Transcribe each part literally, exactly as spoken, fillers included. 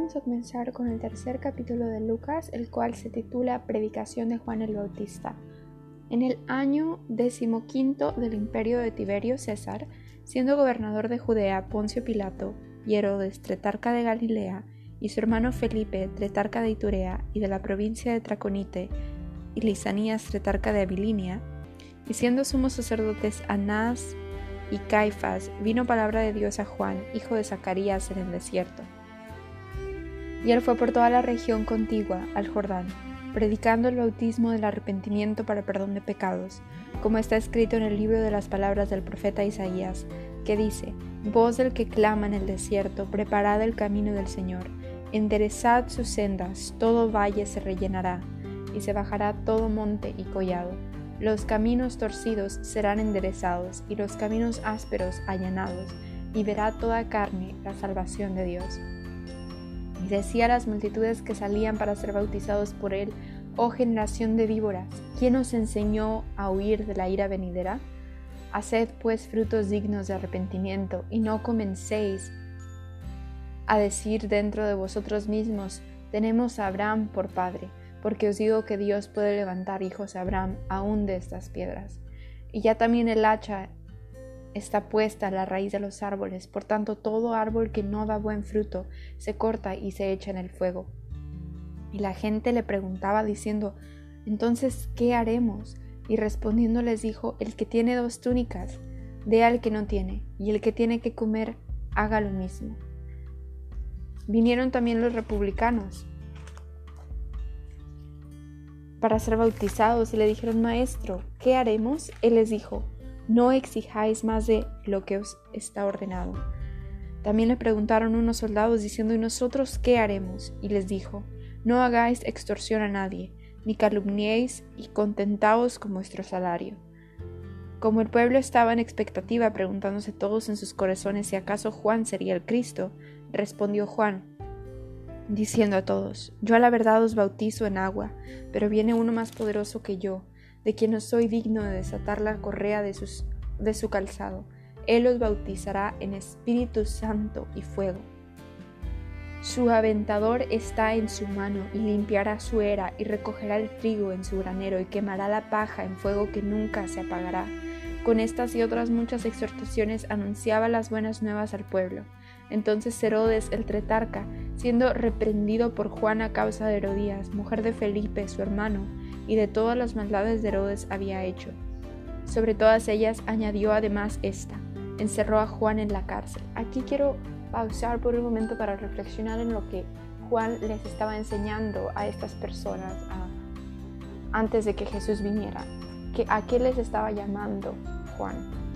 vamos a comenzar con el tercer capítulo de Lucas, el cual se titula Predicación de Juan el Bautista. En el año decimoquinto del imperio de Tiberio César, siendo gobernador de Judea Poncio Pilato, y Herodes, tretarca de Galilea, y su hermano Felipe, tretarca de Iturea, y de la provincia de Traconite, y Lisanías, tretarca de Abilinia, y siendo sumos sacerdotes Anás y Caifás, vino palabra de Dios a Juan, hijo de Zacarías, en el desierto. Y él fue por toda la región contigua al Jordán, predicando el bautismo del arrepentimiento para perdón de pecados, como está escrito en el libro de las palabras del profeta Isaías, que dice: Voz del que clama en el desierto, preparad el camino del Señor, enderezad sus sendas, todo valle se rellenará, y se bajará todo monte y collado. Los caminos torcidos serán enderezados, y los caminos ásperos allanados, y verá toda carne la salvación de Dios. Y decía a las multitudes que salían para ser bautizados por él: Oh generación de víboras, ¿quién os enseñó a huir de la ira venidera? Haced pues frutos dignos de arrepentimiento, y no comencéis a decir dentro de vosotros mismos: tenemos a Abraham por padre, porque os digo que Dios puede levantar hijos a Abraham aún de estas piedras. Y ya también el hacha está puesta a la raíz de los árboles, por tanto todo árbol que no da buen fruto se corta y se echa en el fuego. Y la gente le preguntaba diciendo: entonces, ¿qué haremos? Y respondiendo les dijo: el que tiene dos túnicas, dé al que no tiene, y el que tiene que comer, haga lo mismo. Vinieron también los republicanos para ser bautizados y le dijeron: Maestro, ¿qué haremos? Él les dijo: no exijáis más de lo que os está ordenado. También le preguntaron unos soldados diciendo: ¿y nosotros qué haremos? Y les dijo: no hagáis extorsión a nadie, ni calumniéis, y contentaos con vuestro salario. Como el pueblo estaba en expectativa, preguntándose todos en sus corazones si acaso Juan sería el Cristo, respondió Juan, diciendo a todos: yo a la verdad os bautizo en agua, pero viene uno más poderoso que yo, de quien no soy digno de desatar la correa de, sus, de su calzado. Él os bautizará en Espíritu Santo y fuego. Su aventador está en su mano, y limpiará su era, y recogerá el trigo en su granero, y quemará la paja en fuego que nunca se apagará. Con estas y otras muchas exhortaciones anunciaba las buenas nuevas al pueblo. Entonces Herodes el tretarca, siendo reprendido por Juan a causa de Herodías, mujer de Felipe su hermano, y de todas las maldades de Herodes había hecho. Sobre todas ellas añadió además esta: encerró a Juan en la cárcel. Aquí quiero pausar por un momento para reflexionar en lo que Juan les estaba enseñando a estas personas a, antes de que Jesús viniera. Que, ¿a qué les estaba llamando Juan?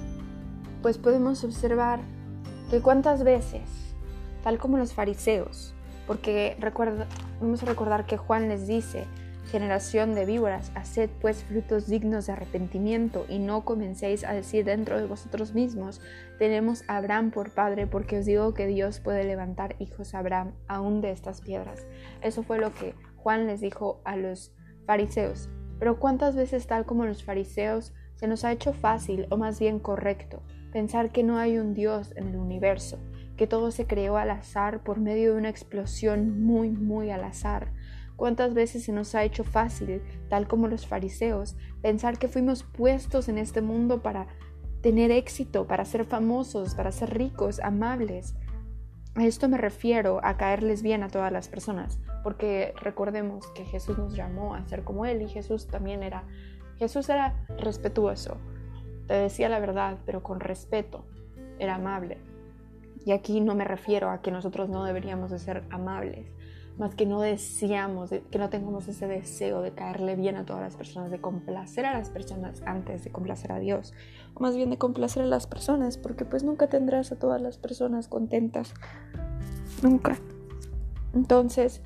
Pues podemos observar que cuántas veces, tal como los fariseos, porque recuerda, vamos a recordar que Juan les dice: generación de víboras, haced pues frutos dignos de arrepentimiento, y no comencéis a decir dentro de vosotros mismos: tenemos a Abraham por padre, porque os digo que Dios puede levantar hijos a Abraham aún de estas piedras. Eso fue lo que Juan les dijo a los fariseos. Pero cuántas veces, tal como los fariseos, se nos ha hecho fácil, o más bien correcto, pensar que no hay un Dios en el universo, que todo se creó al azar por medio de una explosión muy, muy al azar. ¿Cuántas veces se nos ha hecho fácil, tal como los fariseos, pensar que fuimos puestos en este mundo para tener éxito, para ser famosos, para ser ricos, amables? A esto me refiero a caerles bien a todas las personas, porque recordemos que Jesús nos llamó a ser como Él, y Jesús también era, Jesús era respetuoso, te decía la verdad, pero con respeto, era amable. Y aquí no me refiero a que nosotros no deberíamos de ser amables, más que no deseamos, que no tengamos ese deseo de caerle bien a todas las personas, de complacer a las personas antes de complacer a Dios, o más bien de complacer a las personas, porque pues nunca tendrás a todas las personas contentas, nunca. Entonces,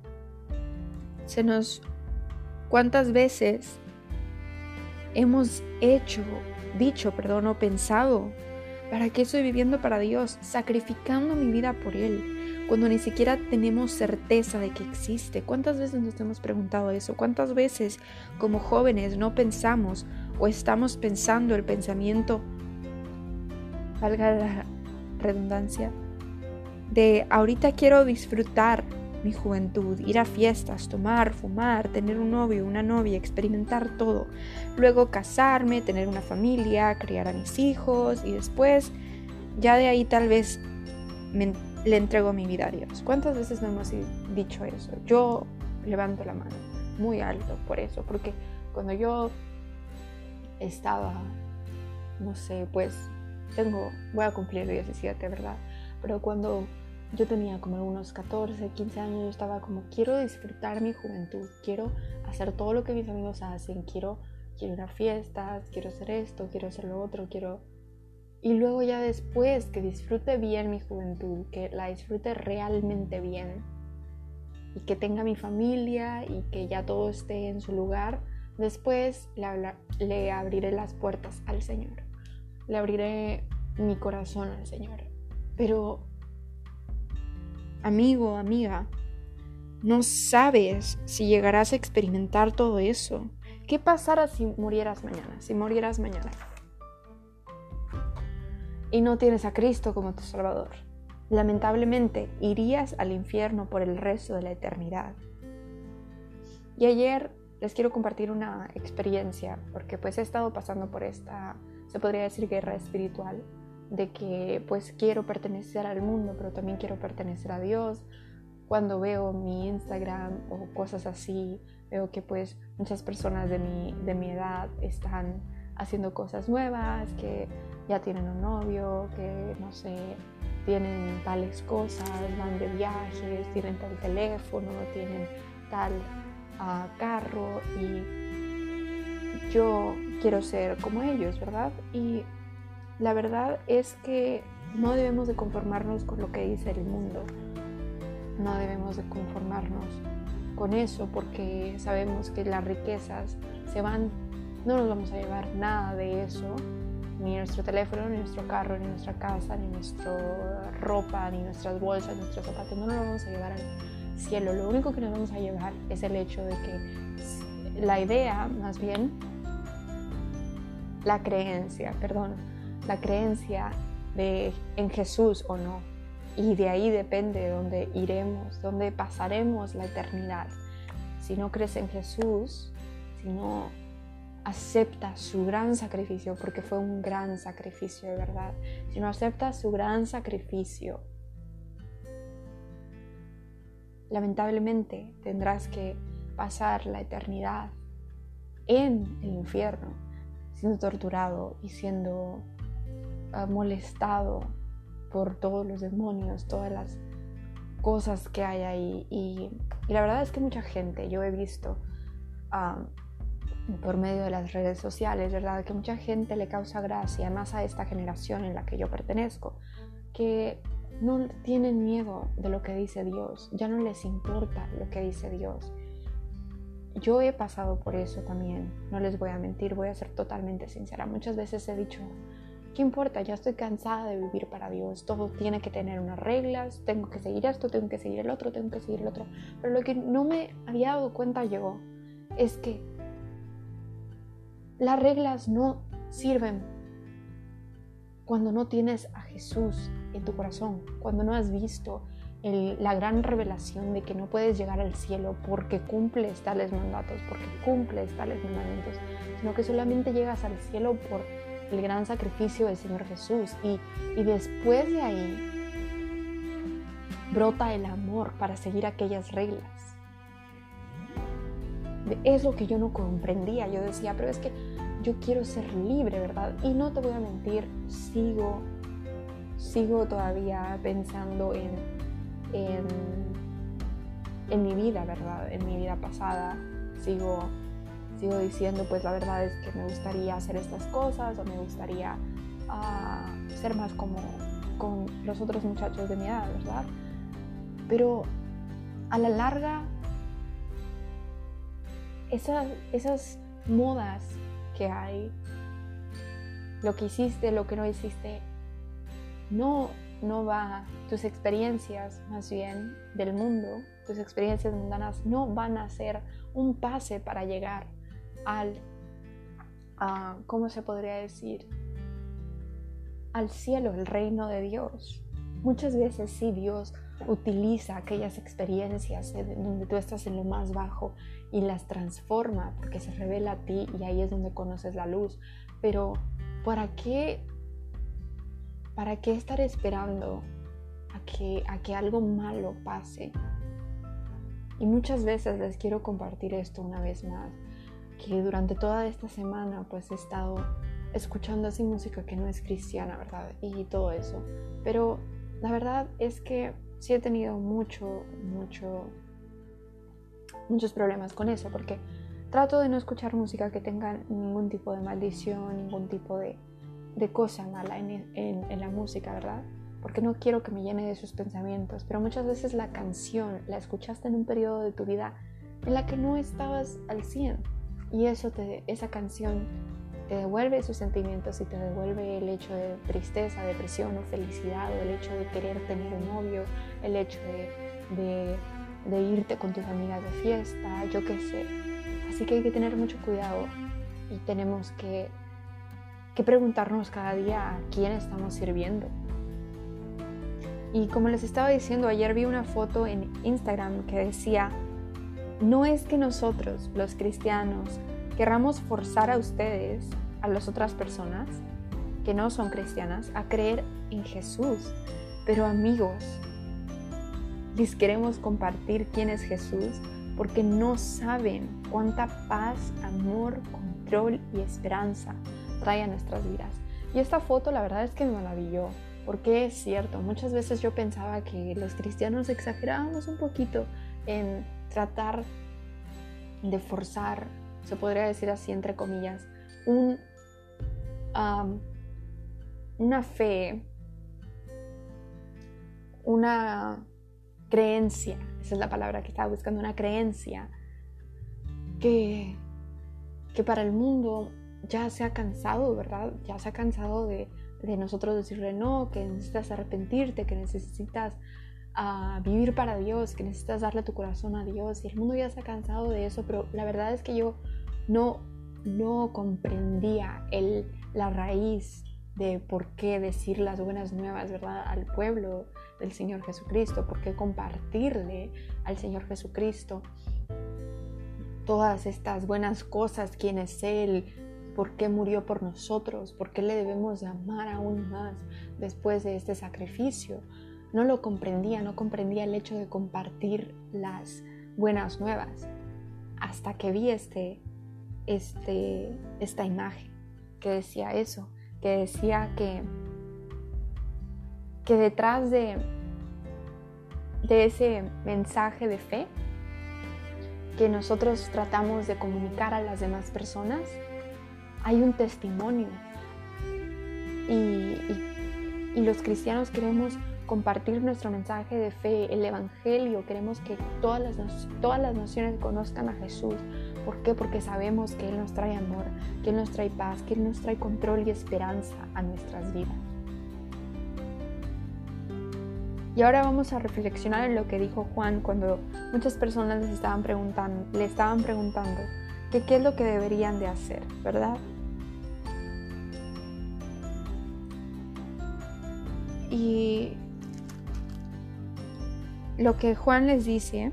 se nos, ¿cuántas veces hemos hecho, dicho, perdón, o pensado: ¿para qué estoy viviendo para Dios, sacrificando mi vida por Él, cuando ni siquiera tenemos certeza de que existe? ¿Cuántas veces nos hemos preguntado eso? ¿Cuántas veces como jóvenes no pensamos o estamos pensando el pensamiento, valga la redundancia, de ahorita quiero disfrutar mi juventud, ir a fiestas, tomar, fumar, tener un novio, una novia, experimentar todo. Luego casarme, tener una familia, criar a mis hijos y después ya de ahí tal vez me, le entrego mi vida a Dios. ¿Cuántas veces no hemos dicho eso? Yo levanto la mano muy alto por eso, porque cuando yo estaba, no sé, pues tengo, voy a cumplir diecisiete, ¿verdad? Pero cuando yo tenía como unos catorce, quince años, yo estaba como, quiero disfrutar mi juventud, quiero hacer todo lo que mis amigos hacen, quiero, quiero ir a fiestas, quiero hacer esto, quiero hacer lo otro, quiero... Y luego ya después que disfrute bien mi juventud, que la disfrute realmente bien y que tenga mi familia y que ya todo esté en su lugar, después le, habla, le abriré las puertas al Señor, le abriré mi corazón al Señor. Pero amigo, amiga, no sabes si llegarás a experimentar todo eso. ¿Qué pasará si murieras mañana? Si murieras mañana y no tienes a Cristo como tu Salvador. Lamentablemente, irías al infierno por el resto de la eternidad. Y ayer les quiero compartir una experiencia, porque pues he estado pasando por esta, se podría decir, guerra espiritual, de que pues quiero pertenecer al mundo, pero también quiero pertenecer a Dios. Cuando veo mi Instagram o cosas así, veo que pues muchas personas de mi, de mi edad están haciendo cosas nuevas, que ya tienen un novio, que no sé, tienen tales cosas, van de viajes, tienen tal teléfono, tienen tal uh, carro, y yo quiero ser como ellos, ¿verdad? Y la verdad es que no debemos de conformarnos con lo que dice el mundo, no debemos de conformarnos con eso, porque sabemos que las riquezas se van, no nos vamos a llevar nada de eso, ni nuestro teléfono, ni nuestro carro, ni nuestra casa, ni nuestra ropa, ni nuestras bolsas, ni nuestros zapatos, no nos vamos a llevar al cielo. Lo único que nos vamos a llevar es el hecho de que la idea, más bien, la creencia, perdón, la creencia de en Jesús o no. Y de ahí depende de dónde iremos, dónde pasaremos la eternidad. Si no crees en Jesús, si no aceptas su gran sacrificio, porque fue un gran sacrificio de verdad, si no aceptas su gran sacrificio, lamentablemente tendrás que pasar la eternidad en el infierno, siendo torturado y siendo uh, molestado por todos los demonios, todas las cosas que hay ahí. Y, y la verdad es que mucha gente, yo he visto um, por medio de las redes sociales, ¿verdad?, que mucha gente le causa gracia, más a esta generación en la que yo pertenezco, que no tienen miedo de lo que dice Dios, ya no les importa lo que dice Dios. Yo he pasado por eso también, no les voy a mentir, voy a ser totalmente sincera. Muchas veces he dicho, ¿qué importa? Ya estoy cansada de vivir para Dios, todo tiene que tener unas reglas, tengo que seguir esto, tengo que seguir el otro, tengo que seguir el otro. Pero lo que no me había dado cuenta yo es que las reglas no sirven cuando no tienes a Jesús en tu corazón, cuando no has visto el, la gran revelación de que no puedes llegar al cielo porque cumples tales mandatos, porque cumples tales mandamientos, sino que solamente llegas al cielo por el gran sacrificio del Señor Jesús. Y, y después de ahí brota el amor para seguir aquellas reglas. Es lo que yo no comprendía. Yo decía, pero es que yo quiero ser libre, ¿verdad? Y no te voy a mentir, sigo, sigo todavía pensando en, en, en mi vida, ¿verdad? En mi vida pasada. Sigo, sigo diciendo, pues la verdad es que me gustaría hacer estas cosas, o me gustaría uh, ser más como con los otros muchachos de mi edad, ¿verdad? Pero a la larga, Esas, esas modas que hay, lo que hiciste, lo que no hiciste, no, no va, tus experiencias más bien del mundo, tus experiencias mundanas no van a ser un pase para llegar al, uh, ¿cómo se podría decir? Al cielo, el reino de Dios. muchas veces sí Dios utiliza aquellas experiencias donde tú estás en lo más bajo y las transforma porque se revela a ti y ahí es donde conoces la luz. Pero ¿para qué, para qué estar esperando a que, a que algo malo pase? Y muchas veces les quiero compartir esto una vez más, que durante toda esta semana pues he estado escuchando así música que no es cristiana, ¿verdad? Y todo eso. Pero la verdad es que sí he tenido mucho, mucho, muchos problemas con eso, porque trato de no escuchar música que tenga ningún tipo de maldición, ningún tipo de, de cosa mala en, en, en la música, ¿verdad? Porque no quiero que me llene de sus pensamientos. Pero muchas veces la canción la escuchaste en un periodo de tu vida en la que no estabas al cien, y eso te, esa canción te devuelve sus sentimientos y te devuelve el hecho de tristeza, depresión o felicidad, o el hecho de querer tener un novio, el hecho de, de, de irte con tus amigas de fiesta, yo qué sé. Así que hay que tener mucho cuidado y tenemos que, que preguntarnos cada día a quién estamos sirviendo. Y como les estaba diciendo, ayer vi una foto en Instagram que decía: no es que nosotros, los cristianos, querramos forzar a ustedes, a las otras personas que no son cristianas, a creer en Jesús. Pero amigos, les queremos compartir quién es Jesús porque no saben cuánta paz, amor, control y esperanza trae a nuestras vidas. Y esta foto la verdad es que me maravilló, porque es cierto, muchas veces yo pensaba que los cristianos exagerábamos un poquito en tratar de forzar, se podría decir así entre comillas, un, um, una fe, una creencia, esa es la palabra que estaba buscando, una creencia que, que para el mundo ya se ha cansado, ¿verdad? Ya se ha cansado de, de nosotros decirle no, que necesitas arrepentirte, que necesitas uh, vivir para Dios, que necesitas darle tu corazón a Dios, y el mundo ya se ha cansado de eso. Pero la verdad es que yo no, no comprendía el, la raíz de por qué decir las buenas nuevas, ¿verdad?, al pueblo del Señor Jesucristo, por qué compartirle al Señor Jesucristo todas estas buenas cosas, quién es Él, por qué murió por nosotros, por qué le debemos amar aún más después de este sacrificio. No lo comprendía, no comprendía el hecho de compartir las buenas nuevas, hasta que vi este, este, esta imagen que decía eso, que decía que, que detrás de, de ese mensaje de fe que nosotros tratamos de comunicar a las demás personas, hay un testimonio. Y, y, y los cristianos queremos compartir nuestro mensaje de fe, el evangelio. Queremos que todas las, todas las naciones conozcan a Jesús. ¿Por qué? Porque sabemos que Él nos trae amor, que Él nos trae paz, que Él nos trae control y esperanza a nuestras vidas. Y ahora vamos a reflexionar en lo que dijo Juan cuando muchas personas les estaban preguntando, le estaban preguntando que qué es lo que deberían de hacer, ¿verdad? Y lo que Juan les dice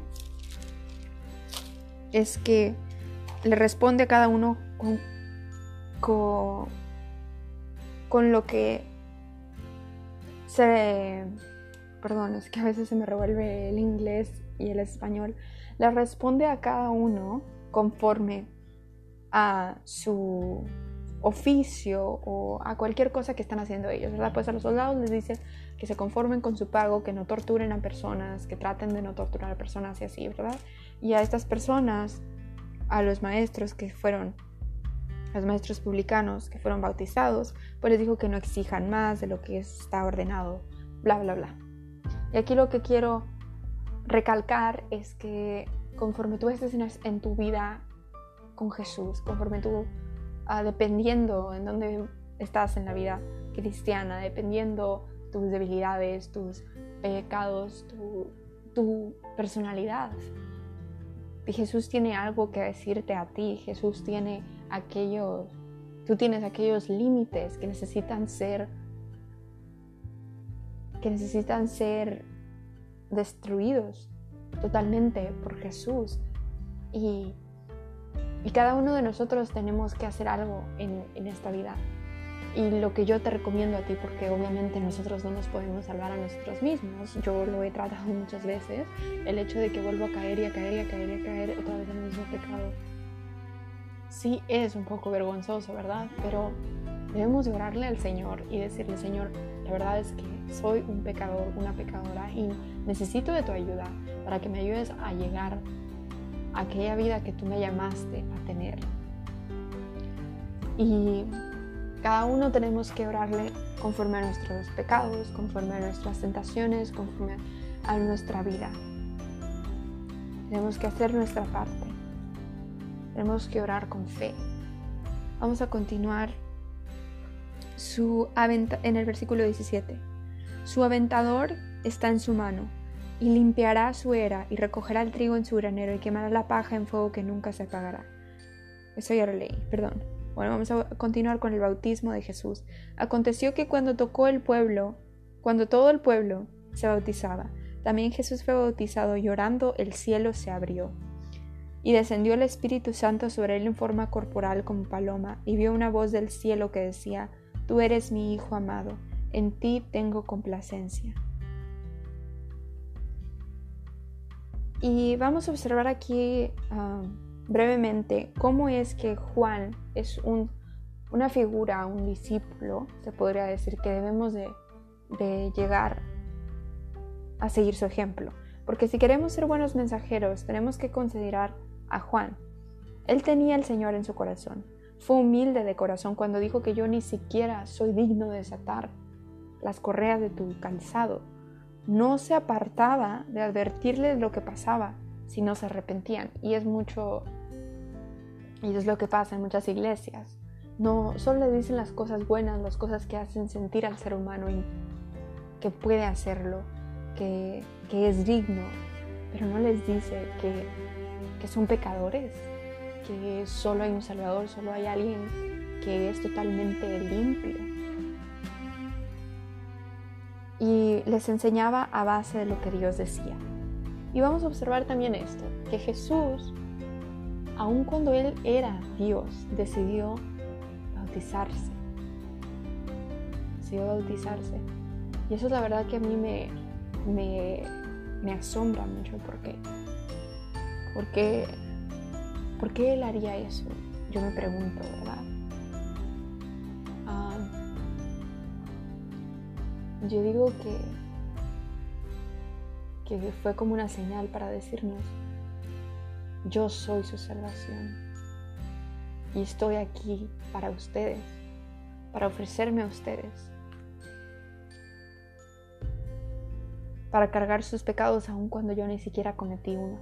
es que le responde a cada uno con, con, con lo que se... Perdón, es que a veces se me revuelve el inglés y el español. Le responde a cada uno conforme a su oficio o a cualquier cosa que están haciendo ellos, ¿verdad? Pues a los soldados les dice que se conformen con su pago, que no torturen a personas, que traten de no torturar a personas y así, ¿verdad? Y a estas personas, a los maestros que fueron, los maestros publicanos que fueron bautizados, pues les dijo que no exijan más de lo que está ordenado, bla, bla, bla. Y aquí lo que quiero recalcar es que conforme tú estés en, en tu vida con Jesús, conforme tú, uh, dependiendo en dónde estás en la vida cristiana, dependiendo tus debilidades, tus pecados, tu, tu personalidad, y Jesús tiene algo que decirte a ti. Jesús tiene aquellos, tú tienes aquellos límites que necesitan ser que necesitan ser destruidos totalmente por Jesús. Y, y cada uno de nosotros tenemos que hacer algo en, en esta vida. Y lo que yo te recomiendo a ti, porque obviamente nosotros no nos podemos salvar a nosotros mismos, yo lo he tratado muchas veces, el hecho de que vuelvo a caer y a caer y a caer y a caer otra vez en el mismo pecado, sí es un poco vergonzoso, ¿verdad? Pero debemos de orarle al Señor y decirle: Señor, la verdad es que soy un pecador, una pecadora, y necesito de tu ayuda para que me ayudes a llegar a aquella vida que tú me llamaste a tener. Y cada uno tenemos que orarle conforme a nuestros pecados, conforme a nuestras tentaciones, conforme a nuestra vida. Tenemos que hacer nuestra parte. Tenemos que orar con fe. Vamos a continuar su aventa- en el versículo diecisiete. Su aventador está en su mano, y limpiará su era, y recogerá el trigo en su granero, y quemará la paja en fuego que nunca se apagará. Eso ya lo leí, perdón. Bueno, vamos a continuar con el bautismo de Jesús. Aconteció que cuando tocó el pueblo, cuando todo el pueblo se bautizaba, también Jesús fue bautizado, y orando el cielo se abrió. Y descendió el Espíritu Santo sobre él en forma corporal como paloma, y vio una voz del cielo que decía: Tú eres mi Hijo amado, en ti tengo complacencia. Y vamos a observar aquí uh, brevemente cómo es que Juan es un, una figura, un discípulo, se podría decir, que debemos de, de llegar a seguir su ejemplo. Porque si queremos ser buenos mensajeros, tenemos que considerar a Juan. Él tenía al Señor en su corazón. Fue humilde de corazón cuando dijo que yo ni siquiera soy digno de desatar las correas de tu calzado. No se apartaba de advertirles lo que pasaba si no se arrepentían. Y es mucho, y es lo que pasa en muchas iglesias. No solo le dicen las cosas buenas, las cosas que hacen sentir al ser humano y que puede hacerlo, que, que es digno, pero no les dice que, que son pecadores, que solo hay un Salvador, solo hay alguien que es totalmente limpio. Y les enseñaba a base de lo que Dios decía. Y vamos a observar también esto, que Jesús, aun cuando Él era Dios, decidió bautizarse. Decidió bautizarse. Y eso es la verdad que a mí me, me, me asombra mucho. ¿Por qué? Porque, ¿por qué Él haría eso? Yo me pregunto, ¿verdad? Ah, yo digo que, que fue como una señal para decirnos: yo soy su salvación y estoy aquí para ustedes, para ofrecerme a ustedes, para cargar sus pecados aun cuando yo ni siquiera cometí uno.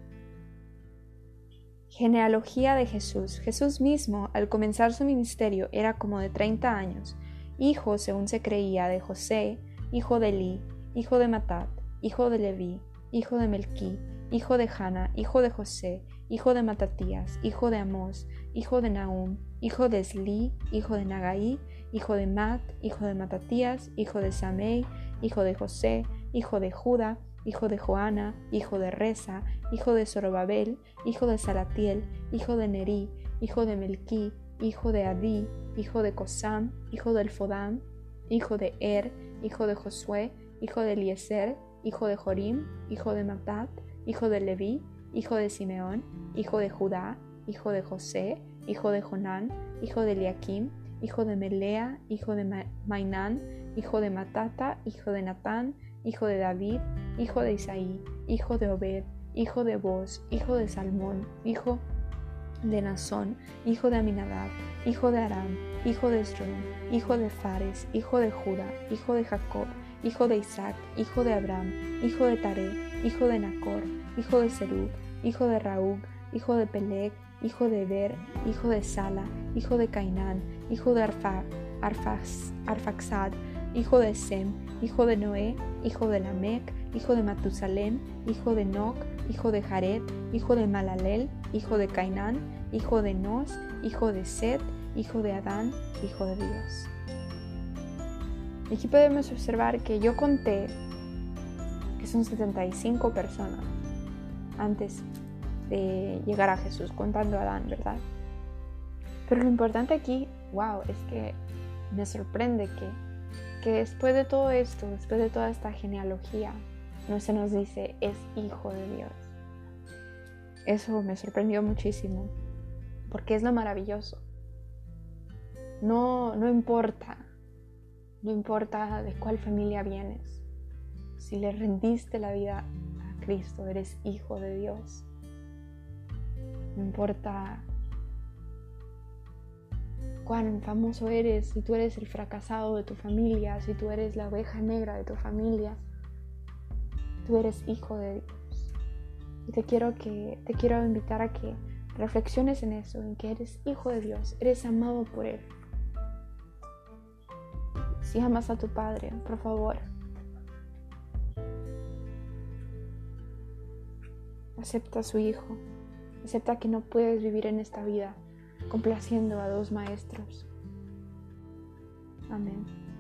Genealogía de Jesús. Jesús mismo, al comenzar su ministerio, era como de treinta años, hijo, según se creía, de José, hijo de Elí, hijo de Matat, hijo de Leví, hijo de Melquí, hijo de Jana, hijo de José, hijo de Matatías, hijo de Amós, hijo de Nahum, hijo de Esli, hijo de Nagaí, hijo de Mat, hijo de Matatías, hijo de Samei, hijo de José, hijo de Judá, hijo de Joana, hijo de Resa, hijo de Zorobabel, hijo de Salatiel, hijo de Nerí, hijo de Melquí, hijo de Adí, hijo de Cosam, hijo del Fodam, hijo de Er, hijo de Josué, hijo de Eliezer, hijo de Jorim, hijo de Matat, hijo de Leví, hijo de Simeón, hijo de Judá, hijo de José, hijo de Jonán, hijo de Eliakim, hijo de Melea, hijo de Ma- Mainán, hijo de Matata, hijo de Natán, hijo de David, hijo de Isaí, hijo de Obed, hijo de Boz, hijo de Salmón, hijo de Nazón, hijo de Aminadab, hijo de Aram, hijo de Esrom, hijo de Fares, hijo de Judá, hijo de Jacob, hijo de Isaac, hijo de Abraham, hijo de Taré, hijo de Nacor, hijo de Serug, hijo de Raúg, hijo de Peleg, hijo de Eber, hijo de Sala, hijo de Cainán, hijo de Arfa, Arfax, Arfaxad, hijo de Sem, hijo de Noé, hijo de Lamec, hijo de Matusalem, hijo de Noc, hijo de Jared, hijo de Malalel, hijo de Cainán, hijo de Nos, hijo de Set, hijo de Adán, hijo de Dios. Aquí podemos observar que yo conté que son setenta y cinco personas antes de llegar a Jesús, contando a Adán, ¿verdad? Pero lo importante aquí, wow, es que me sorprende que, que después de todo esto, después de toda esta genealogía, no se nos dice es hijo de Dios. Eso me sorprendió muchísimo, porque es lo maravilloso. No, no importa, no importa de cuál familia vienes. Si le rendiste la vida a Cristo, eres hijo de Dios. No importa cuán famoso eres, si tú eres el fracasado de tu familia, si tú eres la oveja negra de tu familia, tú eres hijo de Dios. Y te quiero, que, te quiero invitar a que reflexiones en eso, en que eres hijo de Dios, eres amado por Él. Si amas a tu Padre, por favor, acepta a su Hijo. Acepta que no puedes vivir en esta vida complaciendo a dos maestros. Amén.